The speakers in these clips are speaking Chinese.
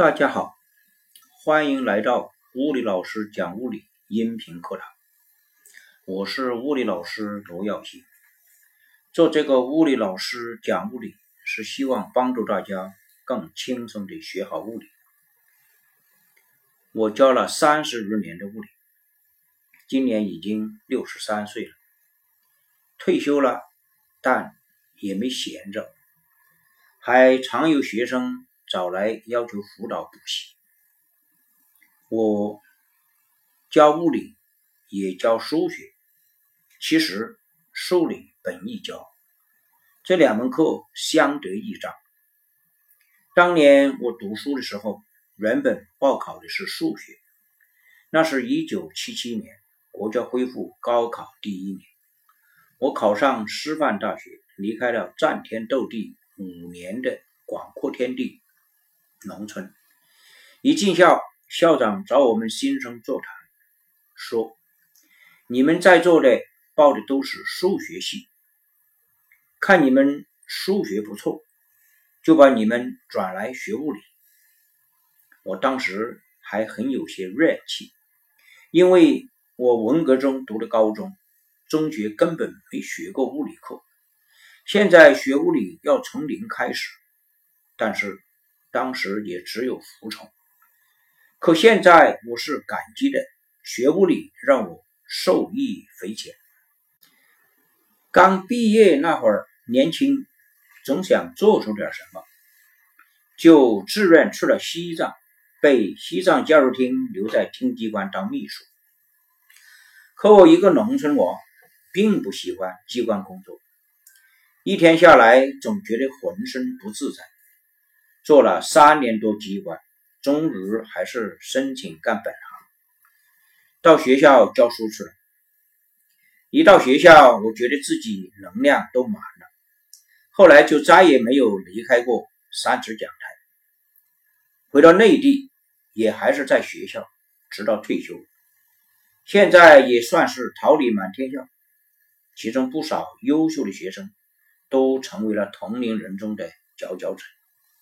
大家好，欢迎来到物理老师讲物理音频课堂。我是物理老师罗耀西。做这个物理老师讲物理，是希望帮助大家更轻松地学好物理。我教了30余年的物理，今年已经63岁了，退休了，但也没闲着，还常有学生找来要求辅导补习。我教物理也教数学，其实数理本易教，这两门课相得益彰。当年我读书的时候，原本报考的是数学，那是1977年，国家恢复高考第1年，我考上师范大学，离开了战天斗地5年的广阔天地农村。一进校，校长找我们新生座谈，说你们在座的报的都是数学系，看你们数学不错，就把你们转来学物理。我当时还很有些热气，因为我文革中读的高中，中学根本没学过物理课，现在学物理要从零开始，但是当时也只有服从。可现在我是感激的，学物理让我受益匪浅。刚毕业那会儿年轻，总想做出点什么，就志愿去了西藏，被西藏教育厅留在厅机关当秘书。可我一个农村娃，并不喜欢机关工作，一天下来总觉得浑身不自在，做了3年多机关，终于还是申请干本行，到学校教书去了。一到学校，我觉得自己能量都满了，后来就再也没有离开过3尺讲台。回到内地，也还是在学校，直到退休。现在也算是桃李满天下，其中不少优秀的学生都成为了同龄人中的佼佼者。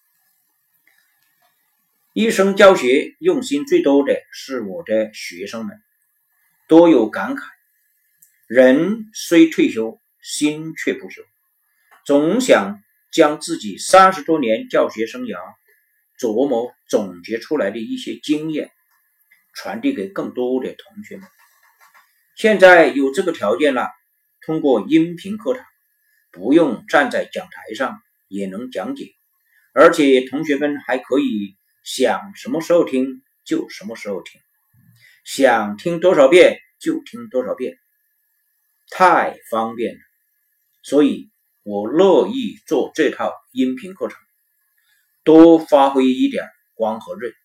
一生教学用心最多的是我的学生们，多有感慨，人虽退休，心却不休，总想将自己30多年教学生涯琢磨总结出来的一些经验传递给更多的同学们。现在有这个条件了，通过音频课堂，不用站在讲台上也能讲解，而且同学们还可以想什么时候听就什么时候听，想听多少遍就听多少遍，太方便了。所以我乐意做这套音频课程，多发挥一点光和锐。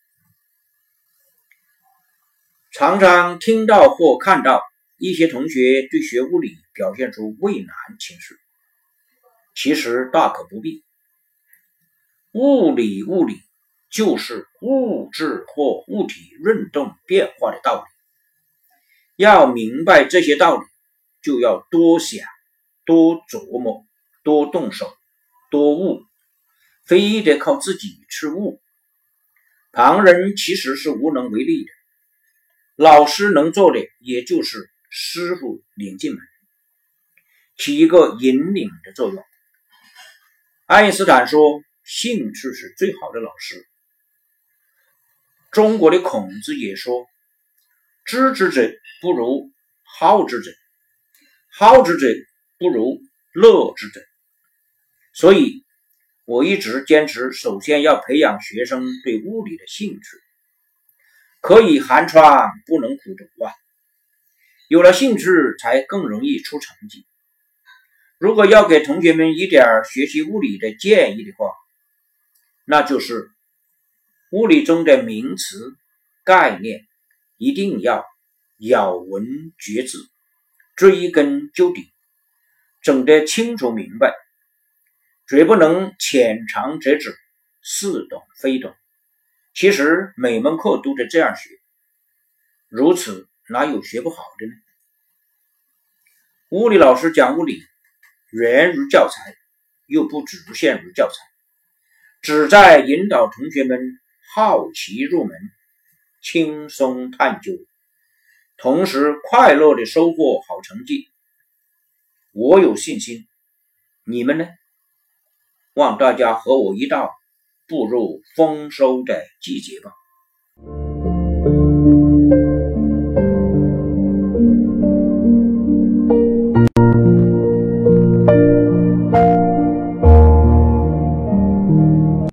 常常听到或看到一些同学对学物理表现出畏难情绪，其实大可不必。物理就是物质或物体运动变化的道理，要明白这些道理，就要多想，多琢磨，多动手，多悟，非得靠自己去悟。旁人其实是无能为力的，老师能做的也就是师傅领进门，起一个引领的作用。爱因斯坦说，兴趣是最好的老师。中国的孔子也说，知之者不如好之者，好之者不如乐之者。所以我一直坚持，首先要培养学生对物理的兴趣，可以寒窗不能苦读啊，有了兴趣才更容易出成绩。如果要给同学们一点学习物理的建议的话，那就是物理中的名词概念一定要咬文嚼字，追根究底，整得清楚明白，绝不能浅尝辄止，似懂非懂。其实每门课都得这样学，如此哪有学不好的呢？物理老师讲物理，源于教材，又不只限于教材，旨在引导同学们好奇入门，轻松探究，同时快乐地收获好成绩。我有信心，你们呢？望大家和我一道步入丰收的季节吧。